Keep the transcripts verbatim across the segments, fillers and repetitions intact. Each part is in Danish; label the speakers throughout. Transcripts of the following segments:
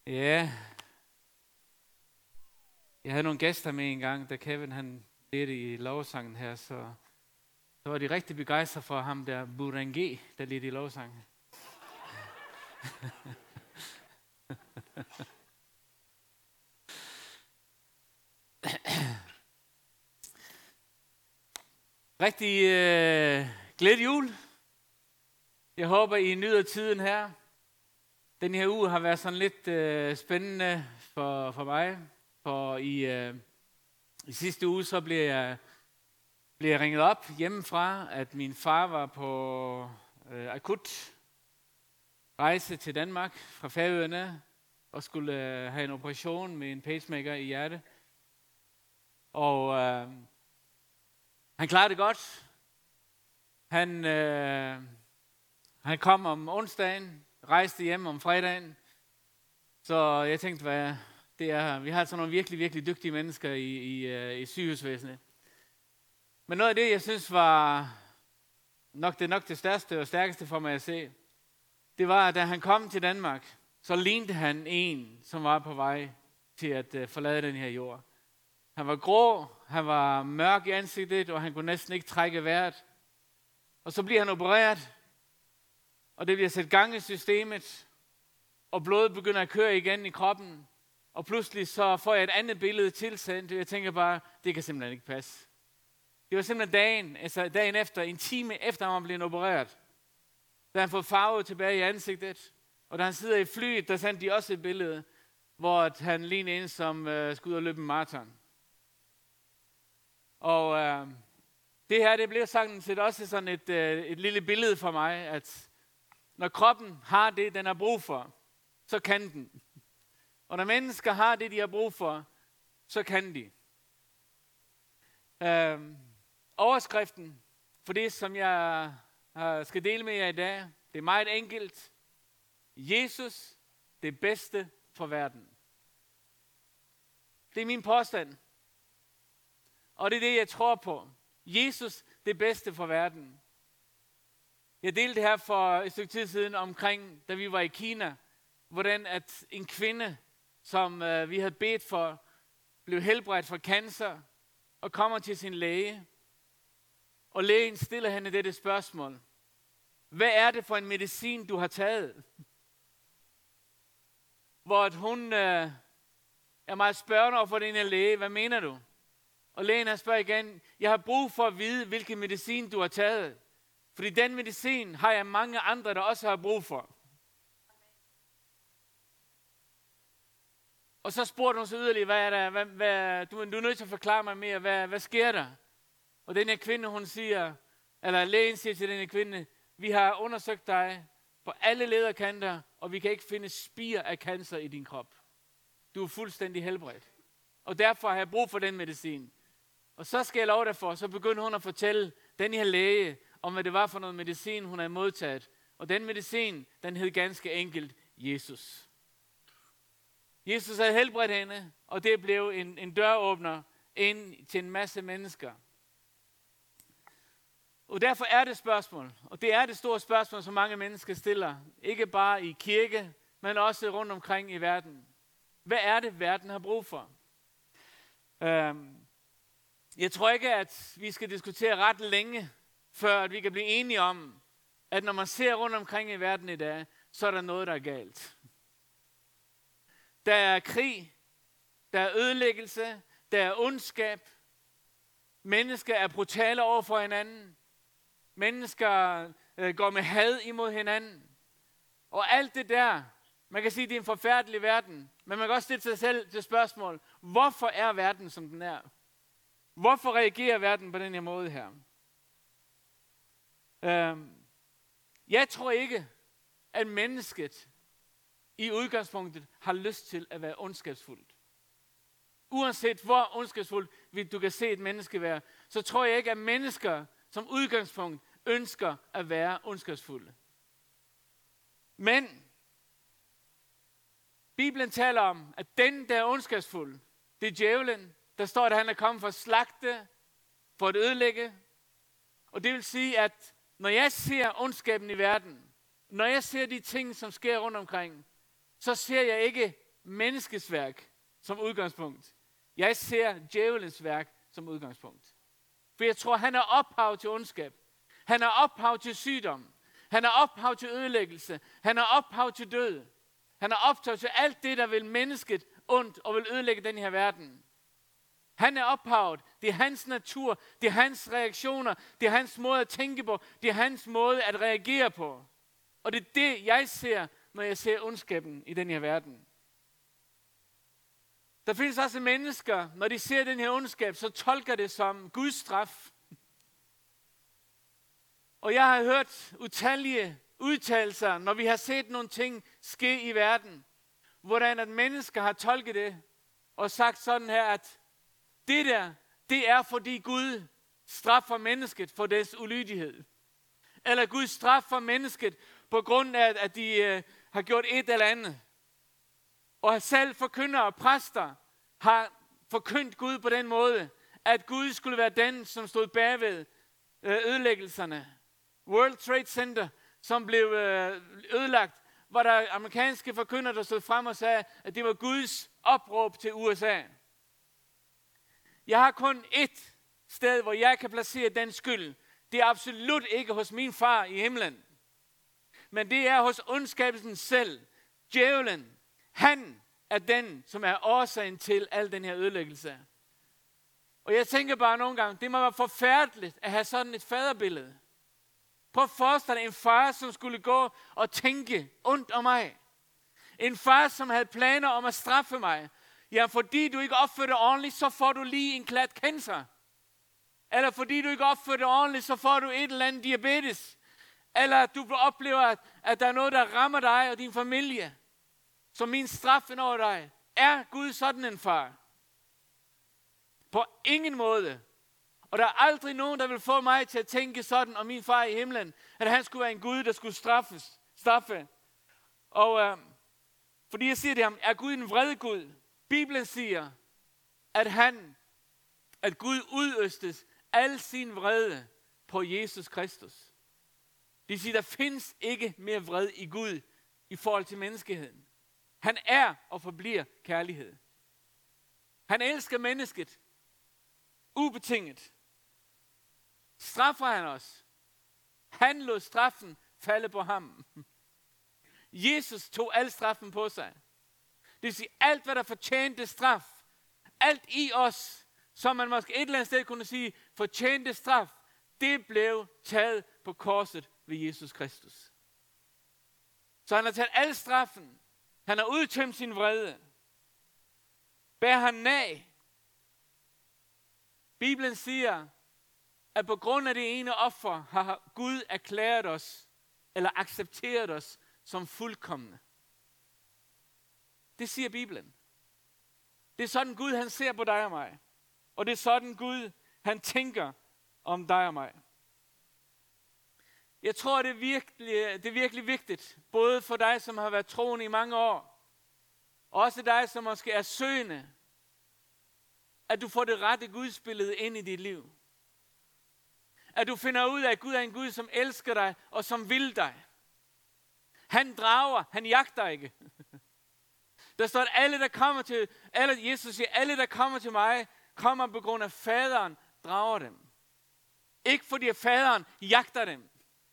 Speaker 1: Ja, jeg havde nogle gæster med en gang, da Kevin han ledte i lovsangen her, så, så var de rigtig begejstrede for ham der, Burenge, der ledte i lovsangen. Rigtig øh, glædelig jul. Jeg håber, I nyder tiden her. Den her uge har været sådan lidt øh, spændende for, for mig. For i, øh, i sidste uge så blev jeg, blev jeg ringet op hjemmefra, at min far var på øh, akut rejse til Danmark fra Færøerne og skulle øh, have en operation med en pacemaker i hjertet. Og øh, han klarede det godt. Han, øh, han kom om onsdagen, rejste hjem om fredagen. Så jeg tænkte, hvad det er. Vi har sådan nogle virkelig, virkelig dygtige mennesker i, i, i sygehusvæsenet. Men noget af det, jeg synes var nok det, nok det største og stærkeste for mig at se, det var, at da han kom til Danmark, så lignede han en, som var på vej til at uh, forlade den her jord. Han var grå, han var mørk i ansigtet, og han kunne næsten ikke trække vejret. Og så bliver han opereret, og det bliver sat gang i systemet, og blodet begynder at køre igen i kroppen. Og pludselig så får jeg et andet billede tilsendt, og jeg tænker bare, det kan simpelthen ikke passe. Det var simpelthen dagen, altså dagen efter, en time efter han var blevet opereret. Da han får farve tilbage i ansigtet, og da han sidder i flyet, der sendte de også et billede, hvor han ligner en, som øh, skal ud og løbe en maraton. Og øh, det her, det blev sådan set også sådan et, øh, et lille billede for mig, at når kroppen har det, den har brug for, så kan den. Og når mennesker har det, de har brug for, så kan de. Øh, overskriften for det, som jeg skal dele med jer i dag, det er meget enkelt. Jesus, det bedste for verden. Det er min påstand. Og det er det, jeg tror på. Jesus, det bedste for verden. Jeg delte det her for et stykke tid siden omkring, da vi var i Kina, hvordan at en kvinde, som øh, vi havde bedt for, blev helbredt for cancer, og kommer til sin læge. Og lægen stiller hende dette spørgsmål. Hvad er det for en medicin, du har taget? Hvor hun øh, er meget spørgende over for den her læge. Hvad mener du? Og lægen har spørger igen. Jeg har brug for at vide, hvilken medicin du har taget. Fordi den medicin har jeg mange andre, der også har brug for. Og så spurgte hun så yderligere, hvad er der? Hvad, hvad, du, du er nødt til at forklare mig mere. Hvad, hvad sker der? Og den her kvinde, hun siger, eller lægen siger til den her kvinde, vi har undersøgt dig på alle lederkanter, og vi kan ikke finde spir af cancer i din krop. Du er fuldstændig helbredt. Og derfor har jeg brug for den medicin. Og så skal jeg love dig for, så begynder hun at fortælle den her læge, om hvad det var for noget medicin, hun havde modtaget. Og den medicin, den hed ganske enkelt Jesus. Jesus havde helbredt hende, og det blev en, en døråbner ind til en masse mennesker. Og derfor er det spørgsmål, og det er det store spørgsmål, som mange mennesker stiller. Ikke bare i kirke, men også rundt omkring i verden. Hvad er det, verden har brug for? Øhm, jeg tror ikke, at vi skal diskutere ret længe, før at vi kan blive enige om, at når man ser rundt omkring i verden i dag, så er der noget, der er galt. Der er krig, der er ødelæggelse, der er ondskab. Mennesker er brutale over for hinanden. Mennesker øh, går med had imod hinanden. Og alt det der, man kan sige, at det er en forfærdelig verden. Men man kan også stille sig selv til spørgsmål. Hvorfor er verden, som den er? Hvorfor reagerer verden på den her måde her? Øhm, jeg tror ikke, at mennesket i udgangspunktet har lyst til at være ondskabsfuldt. Uanset hvor ondskabsfuldt du kan se et menneske være, så tror jeg ikke, at mennesker som udgangspunkt ønsker at være ondskabsfulde. Men Bibelen taler om, at den, der er ondskabsfuld, det er djævlen. Der står, at han er kommet for at slagte, for at ødelægge. Og det vil sige, at når jeg ser ondskaben i verden, når jeg ser de ting, som sker rundt omkring, så ser jeg ikke menneskets værk som udgangspunkt. Jeg ser djævelens værk som udgangspunkt. For jeg tror, han er ophav til ondskab. Han er ophav til sygdom. Han er ophav til ødelæggelse. Han er ophav til død. Han er ophav til alt det, der vil mennesket ondt og vil ødelægge den her verden. Han er ophavet. Det er hans natur. Det er hans reaktioner. Det er hans måde at tænke på. Det er hans måde at reagere på. Og det er det, jeg ser, når jeg ser ondskaben i den her verden. Der findes også mennesker, når de ser den her ondskab, så tolker det som Guds straf. Og jeg har hørt utallige udtalelser, når vi har set nogle ting ske i verden, hvordan at mennesker har tolket det, og sagt sådan her, at det der, det er fordi Gud straffer mennesket for dets ulydighed. Eller Gud straffer mennesket på grund af, at de øh, har gjort et eller andet. Og selv forkyndere og præster har forkyndt Gud på den måde, at Gud skulle være den, som stod bagved øh, ødelæggelserne. World Trade Center, som blev øh, ødelagt, var der amerikanske forkyndere, der stod frem og sagde, at det var Guds opråb til U S A. Jeg har kun ét sted, hvor jeg kan placere den skyld. Det er absolut ikke hos min far i himlen. Men det er hos ondskabelsen selv. Djævlen. Han er den, som er årsagen til al den her ødelæggelse. Og jeg tænker bare nogle gange, det må være forfærdeligt at have sådan et faderbillede. Prøv at forestille dig en far, som skulle gå og tænke ondt om mig. En far, som havde planer om at straffe mig. Ja, fordi du ikke opfører dig ordentligt, så får du lige en klat cancer. Eller fordi du ikke opfører dig ordentligt, så får du et eller andet diabetes. Eller du oplever, at, at der er noget, der rammer dig og din familie. Som min straf over dig. Er Gud sådan en far? På ingen måde. Og der er aldrig nogen, der vil få mig til at tænke sådan om min far i himlen. At han skulle være en Gud, der skulle straffes, straffe. Og øh, fordi jeg siger det ham, er Gud en vred Gud? Bibelen siger, at han, at Gud udøstes al sin vrede på Jesus Kristus. Det vil sige, der findes ikke mere vred i Gud i forhold til menneskeheden. Han er og forbliver kærlighed. Han elsker mennesket ubetinget. Straffer han os? Han lod straffen falde på ham. Jesus tog al straffen på sig. Det vil sige, alt hvad der fortjente straf, alt i os, som man måske et eller andet sted kunne sige, fortjente straf, det blev taget på korset ved Jesus Kristus. Så han har taget al straffen. Han har udtømt sin vrede. Bær han nag. Bibelen siger, at på grund af det ene offer, har Gud erklæret os, eller accepteret os, som fuldkomne. Det siger Bibelen. Det er sådan Gud, han ser på dig og mig. Og det er sådan Gud, han tænker om dig og mig. Jeg tror, det er virkelig, det er virkelig vigtigt, både for dig, som har været troende i mange år, og også dig, som måske er søgende, at du får det rette gudsbillede ind i dit liv. At du finder ud af, at Gud er en Gud, som elsker dig og som vil dig. Han drager, han jagter ikke. Der står, at alle, der kommer til, alle, Jesus siger, alle, der kommer til mig, kommer på grund af faderen, drager dem. Ikke fordi faderen jagter dem.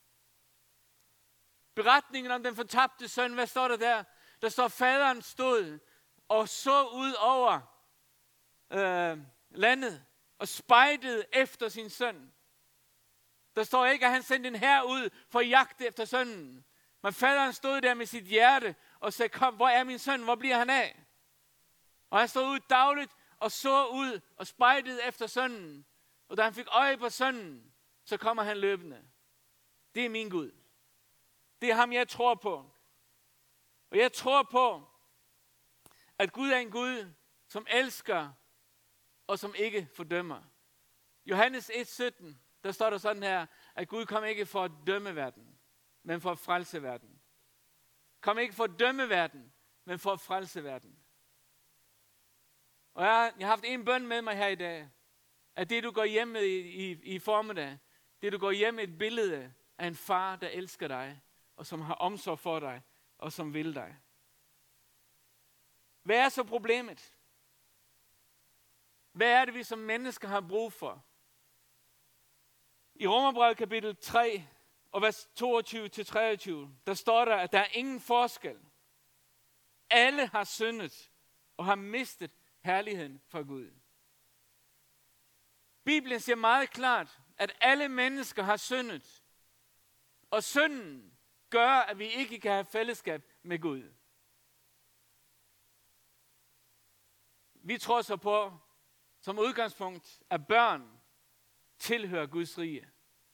Speaker 1: Beretningen om den fortabte søn, hvad står der der? Der står, faderen stod og så ud over øh, landet og spejdede efter sin søn. Der står ikke, at han sendte en hær ud for at jagte efter sønnen. Men faderen stod der med sit hjerte og sagde, kom, hvor er min søn? Hvor bliver han af? Og han stod ud dagligt og så ud og spejdede efter sønnen. Og da han fik øje på sønnen, så kommer han løbende. Det er min Gud. Det er ham, jeg tror på. Og jeg tror på, at Gud er en Gud, som elsker og som ikke fordømmer. Johannes et sytten, der står der sådan her, at Gud kom ikke for at dømme verden, men for at frelse verden. Kom ikke for at dømme verden, men for at frelse verden. Og jeg, jeg har haft en bøn med mig her i dag, at det du går hjem med i, i, i formiddag, det du går hjem med et billede af en far, der elsker dig, og som har omsorg for dig, og som vil dig. Hvad er så problemet? Hvad er det, vi som mennesker har brug for? I Romerbrevet kapitel tre og vers toogtyve til treogtyve, der står der, at der er ingen forskel. Alle har syndet og har mistet herligheden fra Gud. Bibelen siger meget klart, at alle mennesker har syndet. Og synden gør, at vi ikke kan have fællesskab med Gud. Vi tror så på, som udgangspunkt, at børn tilhører Guds rige.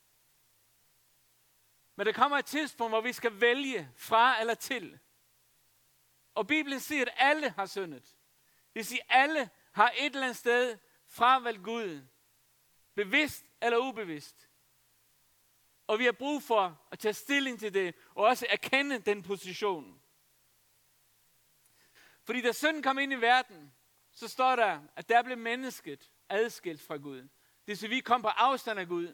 Speaker 1: Men der kommer et tidspunkt, hvor vi skal vælge fra eller til. Og Bibelen siger, at alle har syndet. Det vil sige, at alle har et eller andet sted fravalgt Gud. Bevidst eller ubevidst. Og vi har brug for at tage stilling til det, og også erkende den position. Fordi da synden kom ind i verden, så står der, at der blev mennesket adskilt fra Gud. Det vil sige, at vi kom på afstand af Gud.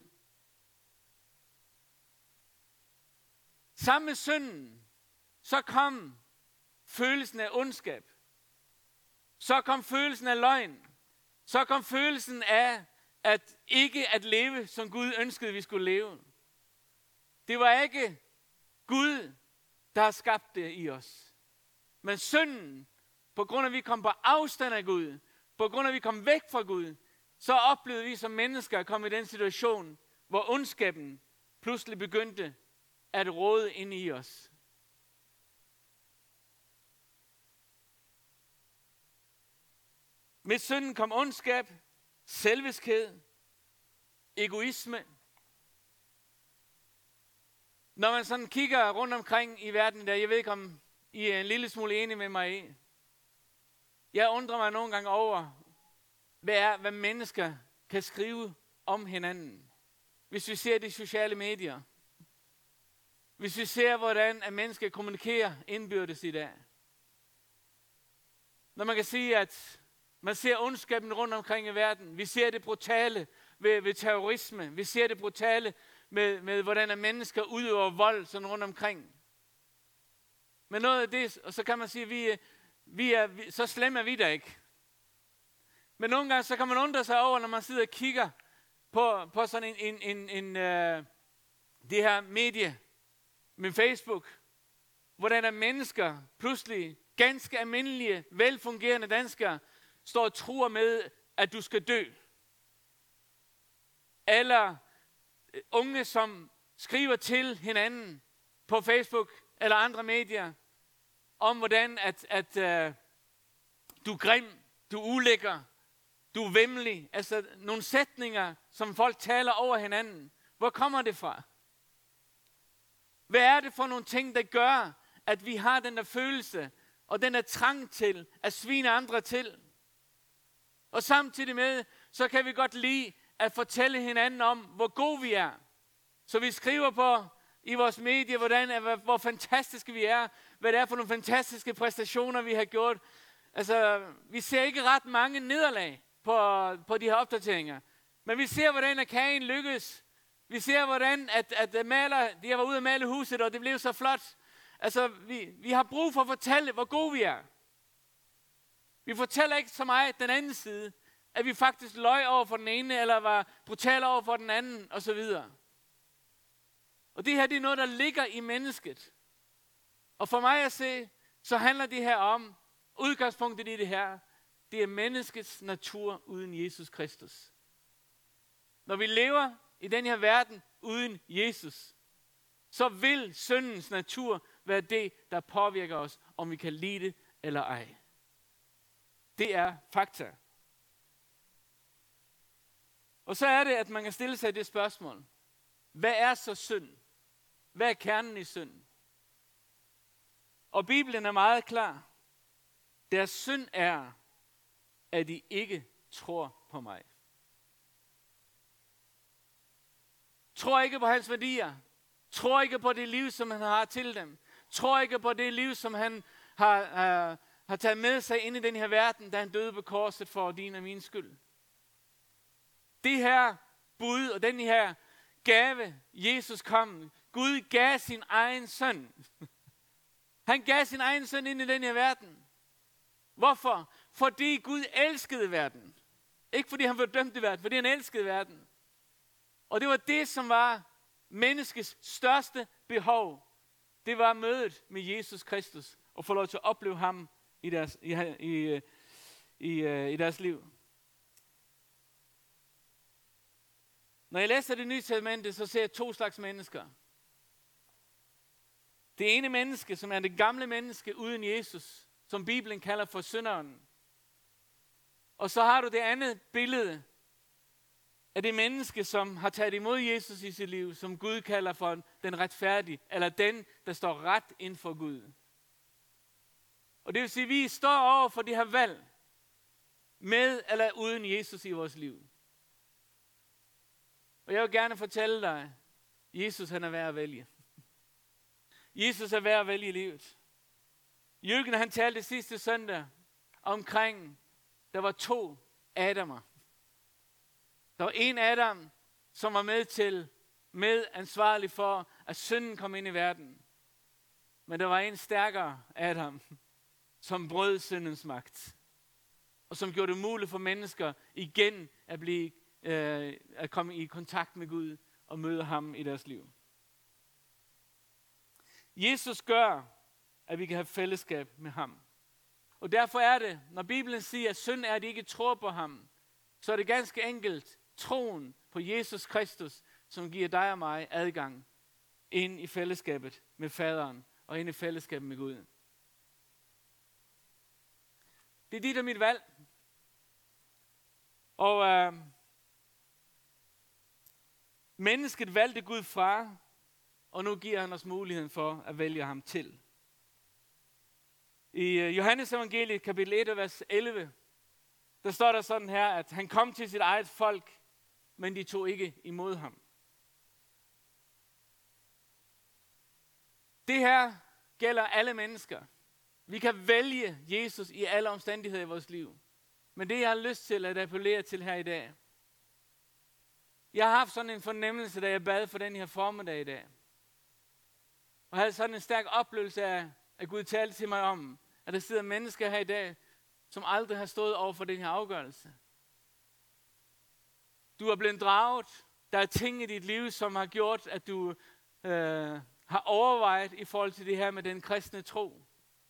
Speaker 1: Sammen med synden, så kom følelsen af ondskab. Så kom følelsen af løgn. Så kom følelsen af, at ikke at leve, som Gud ønskede, vi skulle leve. Det var ikke Gud, der har skabt det i os. Men synden, på grund af, at vi kom på afstand af Gud, på grund af, at vi kom væk fra Gud, så oplevede vi som mennesker at komme i den situation, hvor ondskaben pludselig begyndte at råde ind i os. Med synden kom ondskab, selviskhed, egoisme. Når man sådan kigger rundt omkring i verden der, jeg ved ikke om I er en lille smule enige med mig i. Jeg undrer mig nogle gange over, hvad er, hvad mennesker kan skrive om hinanden. Hvis vi ser de sociale medier. Hvis vi ser, hvordan at mennesker kommunikerer indbyrdes i dag. Når man kan sige, at man ser ondskaben rundt omkring i verden. Vi ser det brutale ved, ved terrorisme. Vi ser det brutale med, med hvordan at mennesker udøver vold sådan rundt omkring. Men noget af det, og så kan man sige, at vi, vi er, vi, så slemme er vi der ikke. Men nogle gange, så kan man undre sig over, når man sidder og kigger på, på sådan en, en, en, en uh, det her medie med Facebook, hvordan at mennesker pludselig, ganske almindelige, velfungerende danskere, står og truer med, at du skal dø. Eller unge, som skriver til hinanden på Facebook eller andre medier, om hvordan at, at uh, du er grim, du er ulækker, du er væmmelig. Altså nogle sætninger, som folk taler over hinanden. Hvor kommer det fra? Hvad er det for nogle ting, der gør, at vi har den der følelse, og den der trang til at svine andre til? Og samtidig med, så kan vi godt lide at fortælle hinanden om, hvor gode vi er. Så vi skriver på i vores medier, hvordan, hvor fantastiske vi er, hvad det er for nogle fantastiske præstationer, vi har gjort. Altså, vi ser ikke ret mange nederlag på, på de her opdateringer. Men vi ser, hvordan at kagen lykkes. Vi ser, hvordan at, at maler, de har været ude at male huset, og det blev så flot. Altså, vi, vi har brug for at fortælle, hvor gode vi er. Vi fortæller ikke så meget den anden side, at vi faktisk løj over for den ene, eller var brutal over for den anden, og så videre. Og det her, det er noget, der ligger i mennesket. Og for mig at se, så handler det her om, udgangspunktet i det her, det er menneskets natur uden Jesus Kristus. Når vi lever i den her verden uden Jesus, så vil syndens natur være det, der påvirker os, om vi kan lide det eller ej. Det er fakta. Og så er det, at man kan stille sig det spørgsmål. Hvad er så synd? Hvad er kernen i synd? Og Bibelen er meget klar. Deres synd er, at de ikke tror på mig. Tror ikke på hans værdier. Tror ikke på det liv, som han har til dem. Tror ikke på det liv, som han har, har, har taget med sig ind i den her verden, da han døde på korset for din og min skyld. Det her bud og den her gave, Jesus kom. Gud gav sin egen søn. Han gav sin egen søn ind i den her verden. Hvorfor? Fordi Gud elskede verden. Ikke fordi han fordømte verden, fordi han elskede verden. Og det var det, som var menneskets største behov. Det var mødet med Jesus Kristus, og få lov til at opleve ham i deres, i, i, i, i deres liv. Når jeg læser det nye testamente, så ser jeg to slags mennesker. Det ene menneske, som er det gamle menneske uden Jesus, som Bibelen kalder for synderen. Og så har du det andet billede af det menneske, som har taget imod Jesus i sit liv, som Gud kalder for den retfærdige, eller den, der står ret ind for Gud. Og det vil sige, at vi står over for det her valg, med eller uden Jesus i vores liv. Og jeg vil gerne fortælle dig, Jesus han er værd at vælge. Jesus er værd at vælge i livet. Jørgen han talte sidste søndag omkring, der var to Adamer. Der var en Adam, som var med til, medansvarlig for, at synden kom ind i verden. Men der var en stærkere Adam, som brød syndens magt. Og som gjorde det muligt for mennesker igen at, blive, øh, at komme i kontakt med Gud og møde ham i deres liv. Jesus gør, at vi kan have fællesskab med ham. Og derfor er det, når Bibelen siger, at synd er, at de ikke tror på ham, så er det ganske enkelt troen på Jesus Kristus, som giver dig og mig adgang ind i fællesskabet med faderen og ind i fællesskabet med Gud. Det er dit og mit valg. Og øh, mennesket valgte Gud fra, og nu giver han os muligheden for at vælge ham til. I uh, Johannes evangeliet kapitel et, vers elleve, der står der sådan her, at han kom til sit eget folk, men de tog ikke imod ham. Det her gælder alle mennesker. Vi kan vælge Jesus i alle omstændigheder i vores liv. Men det jeg har lyst til at appellere til her i dag. Jeg har haft sådan en fornemmelse, da jeg bad for den her formiddag i dag. Og havde sådan en stærk oplevelse af, at Gud talte til mig om, at der sidder mennesker her i dag, som aldrig har stået over for den her afgørelse. Du er blevet draget. Der er ting i dit liv, som har gjort, at du øh, har overvejet i forhold til det her med den kristne tro.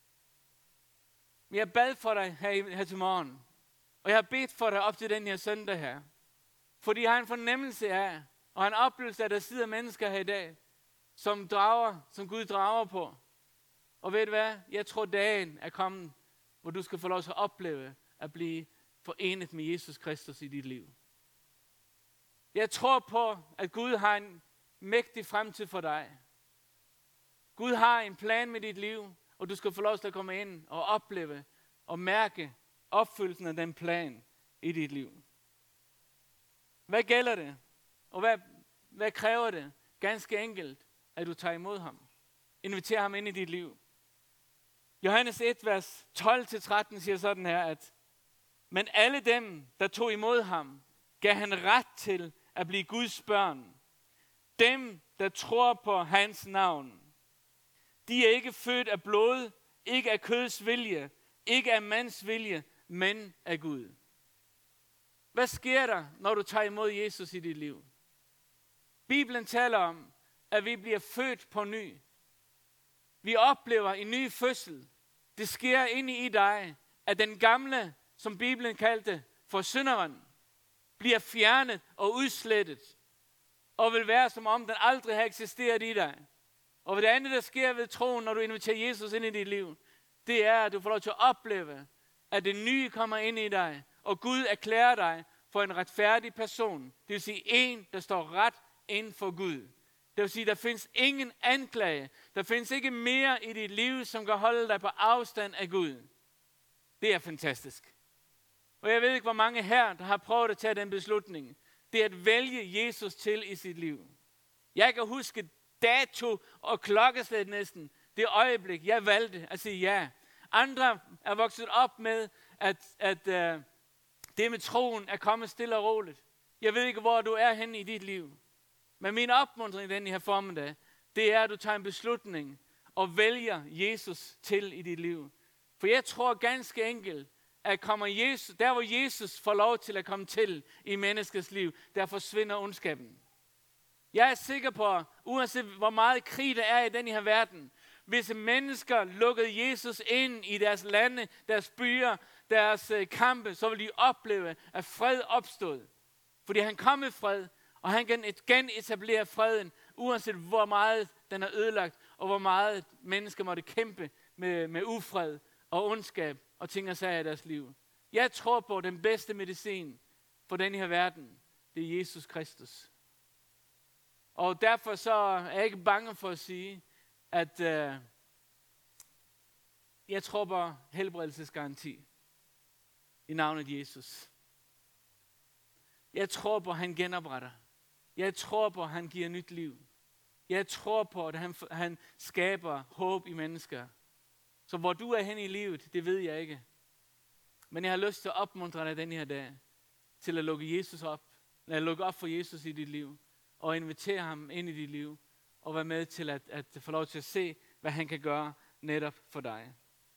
Speaker 1: Men jeg bad for dig her, her til morgen. Og jeg har bedt for dig op til den her søndag her. Fordi jeg har en fornemmelse af, og en oplevelse af, at der sidder mennesker her i dag, som drager, som Gud drager på. Og ved du hvad? Jeg tror, dagen er kommet, hvor du skal få lov til at opleve at blive forenet med Jesus Kristus i dit liv. Jeg tror på, at Gud har en mægtig fremtid for dig. Gud har en plan med dit liv, og du skal få lov til at komme ind og opleve og mærke opfyldelsen af den plan i dit liv. Hvad gælder det? Og hvad, hvad kræver det? Ganske enkelt, at du tager imod ham. Inviterer ham ind i dit liv. Johannes et, vers tolv til tretten siger sådan her, at men alle dem, der tog imod ham, gav han ret til at blive Guds børn. Dem, der tror på hans navn. De er ikke født af blod, ikke af køds vilje, ikke af mands vilje, men af Gud. Hvad sker der, når du tager imod Jesus i dit liv? Bibelen taler om, at vi bliver født på ny. Vi oplever en ny fødsel. Det sker inde i dig, at den gamle, som Bibelen kaldte for synderen, bliver fjernet og udslettet, og vil være som om den aldrig har eksisteret i dig. Og det andet, der sker ved troen, når du inviterer Jesus ind i dit liv, det er, at du får lov til at opleve, at det nye kommer ind i dig, og Gud erklærer dig for en retfærdig person. Det vil sige en, der står ret inden for Gud. Det vil sige, der findes ingen anklage. Der findes ikke mere i dit liv, som kan holde dig på afstand af Gud. Det er fantastisk. Og jeg ved ikke, hvor mange her, der har prøvet at tage den beslutning. Det er at vælge Jesus til i sit liv. Jeg kan huske dato og klokkeslæt næsten. Det øjeblik, jeg valgte at sige ja. Andre er vokset op med, at, at uh, det med troen er kommet stille og roligt. Jeg ved ikke, hvor du er henne i dit liv. Men min opmuntring i den her formiddag, det er, at du tager en beslutning og vælger Jesus til i dit liv. For jeg tror ganske enkelt, at kommer Jesus, der hvor Jesus får lov til at komme til i menneskets liv, der forsvinder ondskaben. Jeg er sikker på, uanset hvor meget krig der er i den her verden, hvis mennesker lukkede Jesus ind i deres lande, deres byer, deres kampe, så vil de opleve, at fred opstod. Fordi han kom med fred, og han kan genetablere freden, uanset hvor meget den er ødelagt, og hvor meget mennesker måtte kæmpe med, med ufred og ondskab og ting og sager i deres liv. Jeg tror på, at den bedste medicin for den her verden, det er Jesus Kristus. Og derfor så er jeg ikke bange for at sige, at øh, jeg tror på helbredelsesgaranti i navnet Jesus. Jeg tror på, at han genopretter. Jeg tror på, at han giver nyt liv. Jeg tror på, at han, han skaber håb i mennesker. Så hvor du er hen i livet, det ved jeg ikke. Men jeg har lyst til at opmuntre dig den her dag, til at lukke Jesus op. At lukke op for Jesus i dit liv. Og invitere ham ind i dit liv. Og være med til at, at få lov til at se, hvad han kan gøre netop for dig.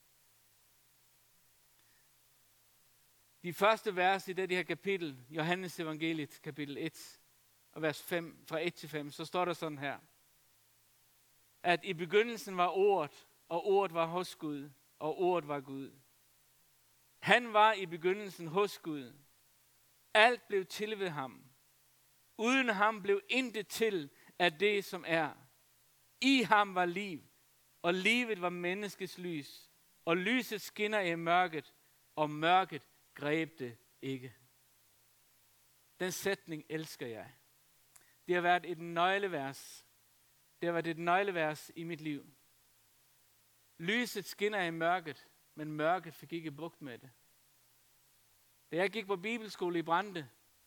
Speaker 1: De første vers i det her kapitel, Johannes evangeliet, kapitel et, og vers fem, fra et til fem, så står der sådan her. At i begyndelsen var ordet, og ordet var hos Gud, og ordet var Gud. Han var i begyndelsen hos Gud. Alt blev til ved ham. Uden ham blev intet til af det, som er. I ham var liv, og livet var menneskets lys. Og lyset skinner i mørket, og mørket greb det ikke. Den sætning elsker jeg. Det har været et nøglevers. Det har været et nøglevers i mit liv. Lyset skinner i mørket, men mørket fik ikke bugt med det. Da jeg gik på bibelskole i Brande,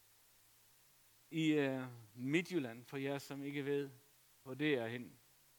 Speaker 1: i øh, Midtjylland, for jer som ikke ved, hvor det er henne.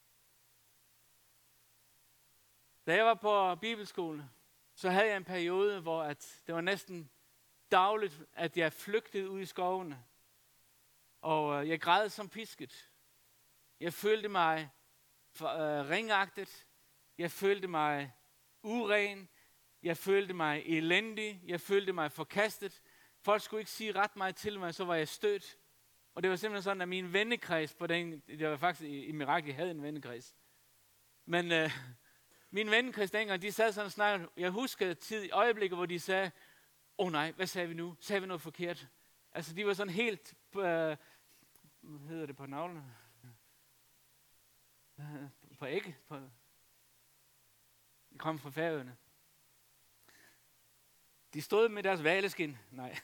Speaker 1: Da jeg var på bibelskole, så havde jeg en periode, hvor at det var næsten dagligt, at jeg flygtede ud i skovene. Og øh, jeg græd som pisket. Jeg følte mig for, øh, ringagtet. Jeg følte mig uren. Jeg følte mig elendig. Jeg følte mig forkastet. Folk skulle ikke sige ret meget til mig, så var jeg stødt. Og det var simpelthen sådan, at min vennekreds på den, det var faktisk i, i mirakel, jeg havde en vennekreds. Men øh, min vennekreds dengang, de sad sådan og snakkede. Jeg husker tid i øjeblikket, hvor de sagde, åh oh, nej, hvad sagde vi nu? Sagde vi noget forkert? Altså, de var sådan helt, øh, hvad hedder det på navlene? På ægge? På, de kom fra Færøerne. De stod med deres hvaleskin. Nej.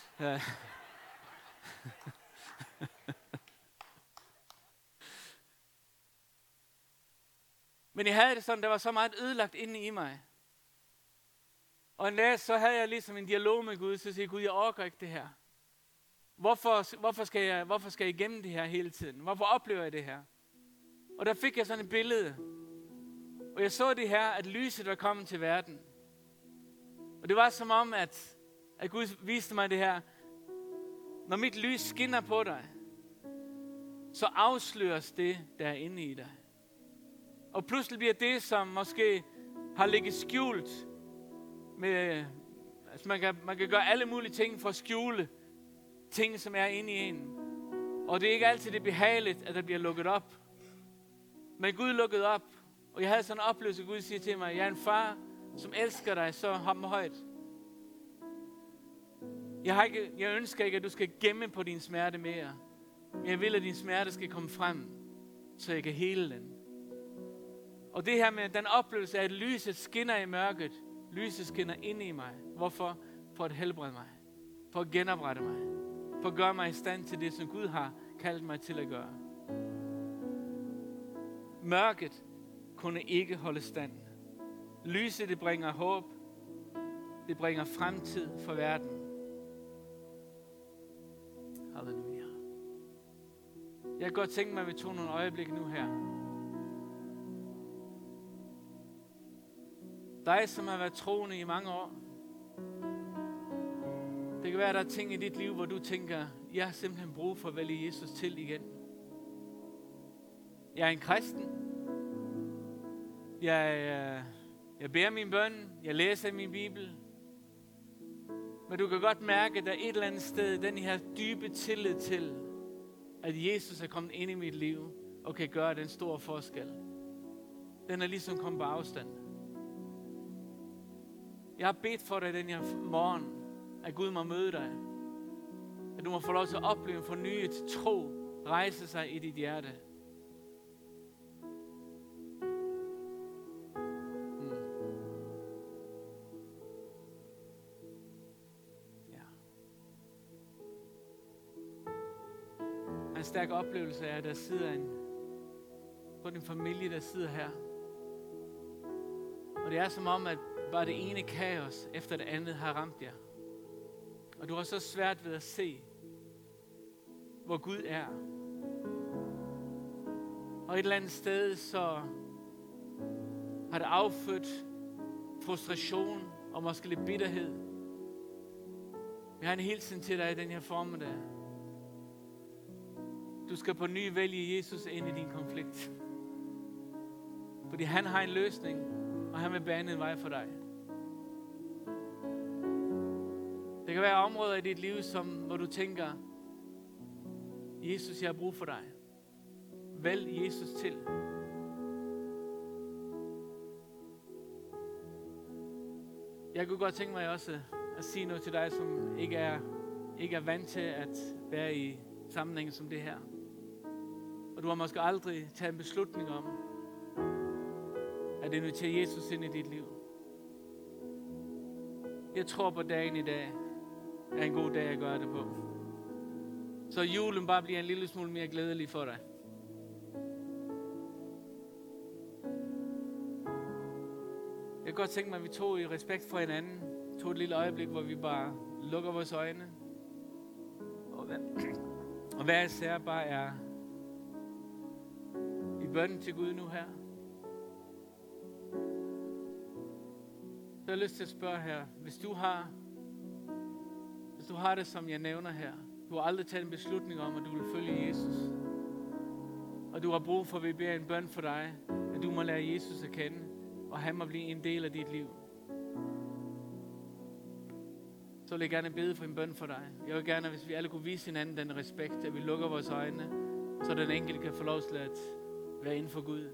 Speaker 1: Men jeg havde det sådan, der var så meget ødelagt inde i mig. Og en dag, så havde jeg ligesom en dialog med Gud, så siger Gud, jeg orker ikke det her. Hvorfor, hvorfor, skal jeg, hvorfor skal jeg igennem det her hele tiden? Hvorfor oplever jeg det her? Og der fik jeg sådan et billede. Og jeg så det her, at lyset var kommet til verden. Og det var som om, at, at Gud viste mig det her. Når mit lys skinner på dig, så afsløres det, der er inde i dig. Og pludselig bliver det, som måske har ligget skjult, med, altså man, kan, man kan gøre alle mulige ting for at skjule ting, som er inde i en. Og det er ikke altid det behageligt, at der bliver lukket op. Men Gud lukkede op, og jeg havde sådan en oplevelse, at Gud siger til mig, jeg er en far, som elsker dig så ham højt. Jeg, har ikke, jeg ønsker ikke, at du skal gemme på din smerte mere. Men jeg vil, at din smerte skal komme frem, så jeg kan hele den. Og det her med den oplevelse af, at lyset skinner i mørket, lyset skinner inde i mig. Hvorfor? For at helbrede mig. For at genoprette mig. For at gøre mig i stand til det, som Gud har kaldt mig til at gøre. Mørket kunne ikke holde stand. Lyset, det bringer håb. Det bringer fremtid for verden. Halleluja. Jeg kan godt tænke mig, at vi tog nogle øjeblikke nu her. Dig, som har været troende i mange år. Det kan være, at der er ting i dit liv, hvor du tænker, jeg har simpelthen brug for at vælge Jesus til igen. Jeg er en kristen. Jeg, jeg, Jeg beder min bøn, jeg læser min bibel. Men du kan godt mærke, at der er et eller andet sted, den her dybe tillid til, at Jesus er kommet ind i mit liv, og kan gøre den store forskel. Den er ligesom kommet på afstand. Jeg har bedt for dig den her morgen, at Gud må møde dig. At du må få lov til at opleve en fornyet tro, rejse sig i dit hjerte. Mm. Ja. En stærk oplevelse af, at der sidder en på din familie, der sidder her. Og det er som om, at bare det ene kaos efter det andet har ramt jer. Og du har så svært ved at se, hvor Gud er. Og et eller andet sted, så har det affødt frustration og måske lidt bitterhed. Vi har en hilsen til dig i den her formiddag. Du skal på ny vælge Jesus ind i din konflikt. Fordi han har en løsning, og han vil bane en vej for dig. Det kan være områder i dit liv, som, hvor du tænker, Jesus, jeg har brug for dig. Vælg Jesus til. Jeg kunne godt tænke mig også at sige noget til dig, som ikke er, ikke er vant til at være i sammenhæng som det her. Og du har måske aldrig taget en beslutning om, at invitere Jesus ind i dit liv. Jeg tror på dagen i dag er en god dag at gøre det på. Så julen bare bliver en lille smule mere glædelig for dig. Jeg kan godt tænke mig, at vi tog i respekt for hinanden, tog et lille øjeblik, hvor vi bare lukker vores øjne. Og hvad, og hvad især bare er i bønnen til Gud nu her. Så jeg har lyst til at spørge her, hvis du har, hvis du har det, som jeg nævner her, du har aldrig taget en beslutning om, at du vil følge Jesus, og du har brug for, at vi beder en bøn for dig, at du må lære Jesus at kende, og han må blive en del af dit liv. Så vil jeg gerne bede for en bøn for dig. Jeg vil gerne, hvis vi alle kunne vise hinanden den respekt, at vi lukker vores øjne, så den enkelte kan få lov til at være inden for Gud.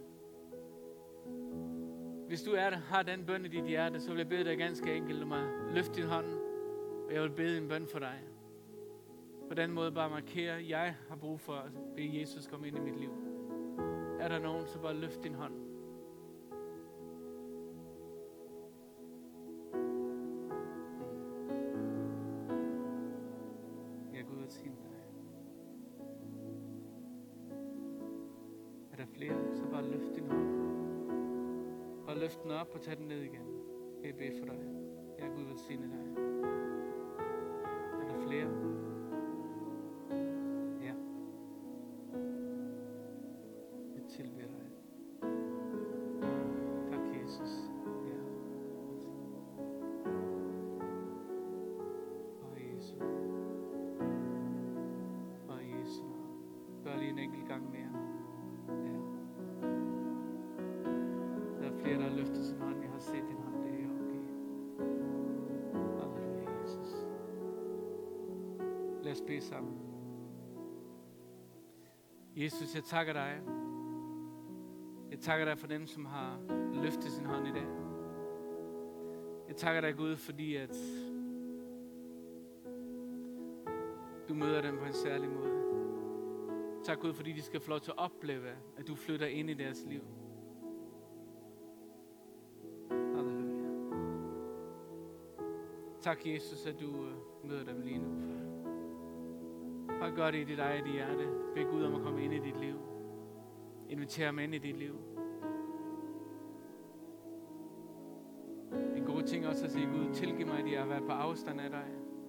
Speaker 1: Hvis du er der, har den bøn i dit hjerte, så vil jeg bede dig ganske enkelt om at løfte din hånd, og jeg vil bede en bøn for dig. På den måde bare markere, at jeg har brug for at bede Jesus komme ind i mit liv. Er der nogen, så bare løft din hånd. Jeg går ud og siger dig. Er der flere, så bare løft din hånd. Bare løft den op og tag den ned igen. Jeg beder for dig. Jeg Gud velsigne dig. Er der flere? Ja. Jeg tilbeder dig. Tak Jesus. Ja. Og Jesus. Og Jesus. Gør lige en enkelt gang mere. Ja. Der er flere, der har løftet sin hånd. Jeg har set din hånd. Det er okay. Halleluja, Jesus. Lad os bede sammen. Jesus, jeg takker dig. Jeg takker dig for dem, som har løftet sin hånd i dag. Jeg takker dig, Gud, fordi at du møder dem på en særlig måde. Tak, Gud, fordi de skal få lov til at opleve, at du flytter ind i deres liv. Halleluja. Tak, Jesus, at du møder dem lige nu. Bare gør det i dit eget hjerte. Bed Gud om at komme ind i dit liv. Inviter ham ind i dit liv. En god ting også at sige, Gud, tilgiv mig, at jeg har været på afstand af dig.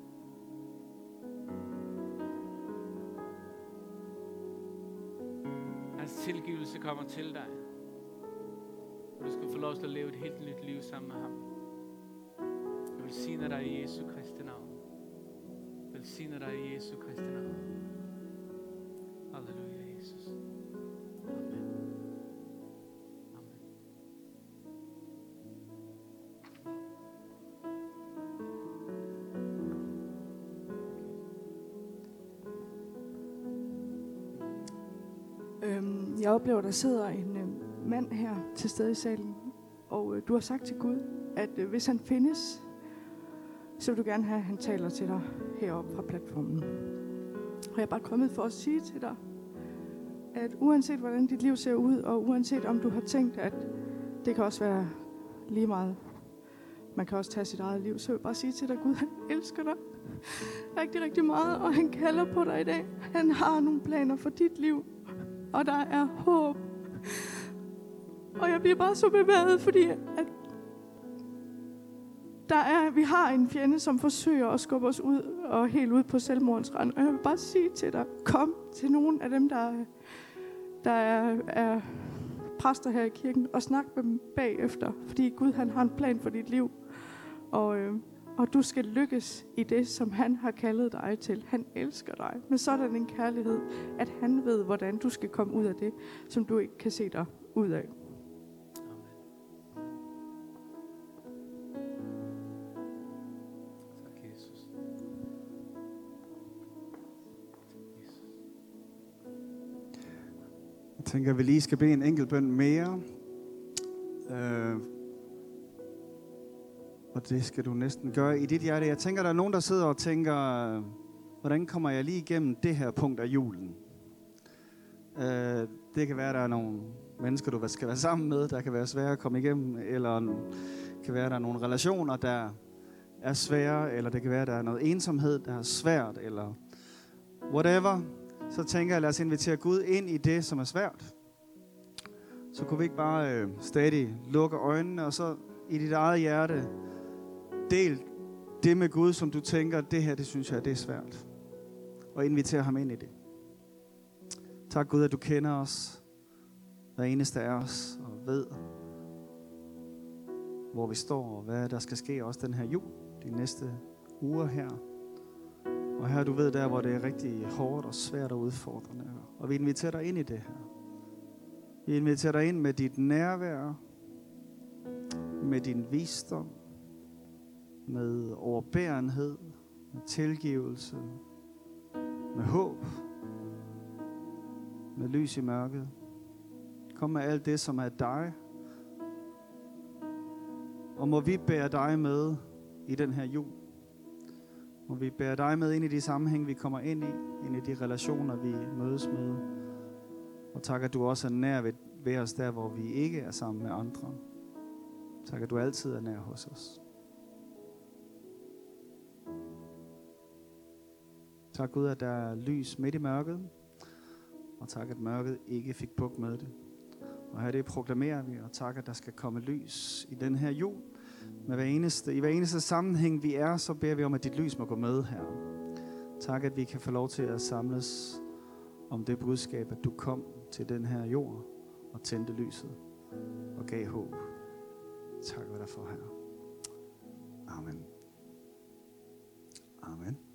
Speaker 1: Hans tilgivelse kommer til dig. Og du skal få lov til at leve et helt nyt liv sammen med ham. Jeg velsigner dig i Jesu Kristi navn. Jeg velsigner dig i Jesu Kristi navn. Halleluja, Jesus. Amen. Amen.
Speaker 2: Øhm, jeg oplever, at der sidder en øh, mand her til stede i salen, og øh, du har sagt til Gud, at øh, hvis han findes, så vil du gerne have, at han taler til dig heroppe fra platformen. Og jeg er bare kommet for at sige til dig, at uanset hvordan dit liv ser ud, og uanset om du har tænkt, at det kan også være lige meget, man kan også tage sit eget liv, så vil jeg bare sige til dig, Gud, han elsker dig rigtig, rigtig meget, og han kalder på dig i dag. Han har nogle planer for dit liv, og der er håb. Og jeg bliver bare så bevæget, fordi at der er, vi har en fjende, som forsøger at skubbe os ud og helt ud på selvmordens rand. Og jeg vil bare sige til dig, kom til nogle af dem, der, der er, er præster her i kirken, og snak med dem bagefter. Fordi Gud, han har en plan for dit liv. Og, øh, og du skal lykkes i det, som han har kaldet dig til. Han elsker dig med sådan en kærlighed, at han ved, hvordan du skal komme ud af det, som du ikke kan se dig ud af.
Speaker 3: Jeg tænker, at vi lige skal bede en enkelt bøn mere. Øh, og det skal du næsten gøre i dit hjerte. Jeg tænker, der er nogen, der sidder og tænker, hvordan kommer jeg lige igennem det her punkt af julen? Øh, det kan være, at der er nogle mennesker, du skal være sammen med, der kan være svære at komme igennem. Eller det kan være, at der er nogle relationer, der er svære. Eller det kan være, at der er noget ensomhed, der er svært. Eller whatever. Så tænker jeg, lad os invitere Gud ind i det, som er svært. Så kunne vi ikke bare øh, stadig lukke øjnene, og så i dit eget hjerte, del det med Gud, som du tænker, det her, det synes jeg, det er svært. Og invitere ham ind i det. Tak Gud, at du kender os, hver eneste af os, og ved, hvor vi står, og hvad der skal ske også den her jul, de næste uger her. Og her du ved der, hvor det er rigtig hårdt og svært og udfordrende. Og vi inviterer dig ind i det her. Vi inviterer dig ind med dit nærvær, med din visdom, med overbærenhed, med tilgivelse, med håb, med lys i mørket. Kom med alt det, som er dig. Og må vi bære dig med i den her jul. Må vi bære dig med ind i de sammenhæng, vi kommer ind i, ind i de relationer, vi mødes med. Og tak, at du også er nær ved, ved os der, hvor vi ikke er sammen med andre. Tak, at du altid er nær hos os. Tak Gud, at der er lys midt i mørket. Og tak, at mørket ikke fik bugt med det. Og her det proklamerer vi, og tak, at der skal komme lys i den her jul. Med hver eneste, I hver eneste sammenhæng vi er, så beder vi om, at dit lys må gå med her. Tak, at vi kan få lov til at samles om det budskab, at du kom til den her jord og tændte lyset og gav håb. Tak, hvad der for her. Amen. Amen.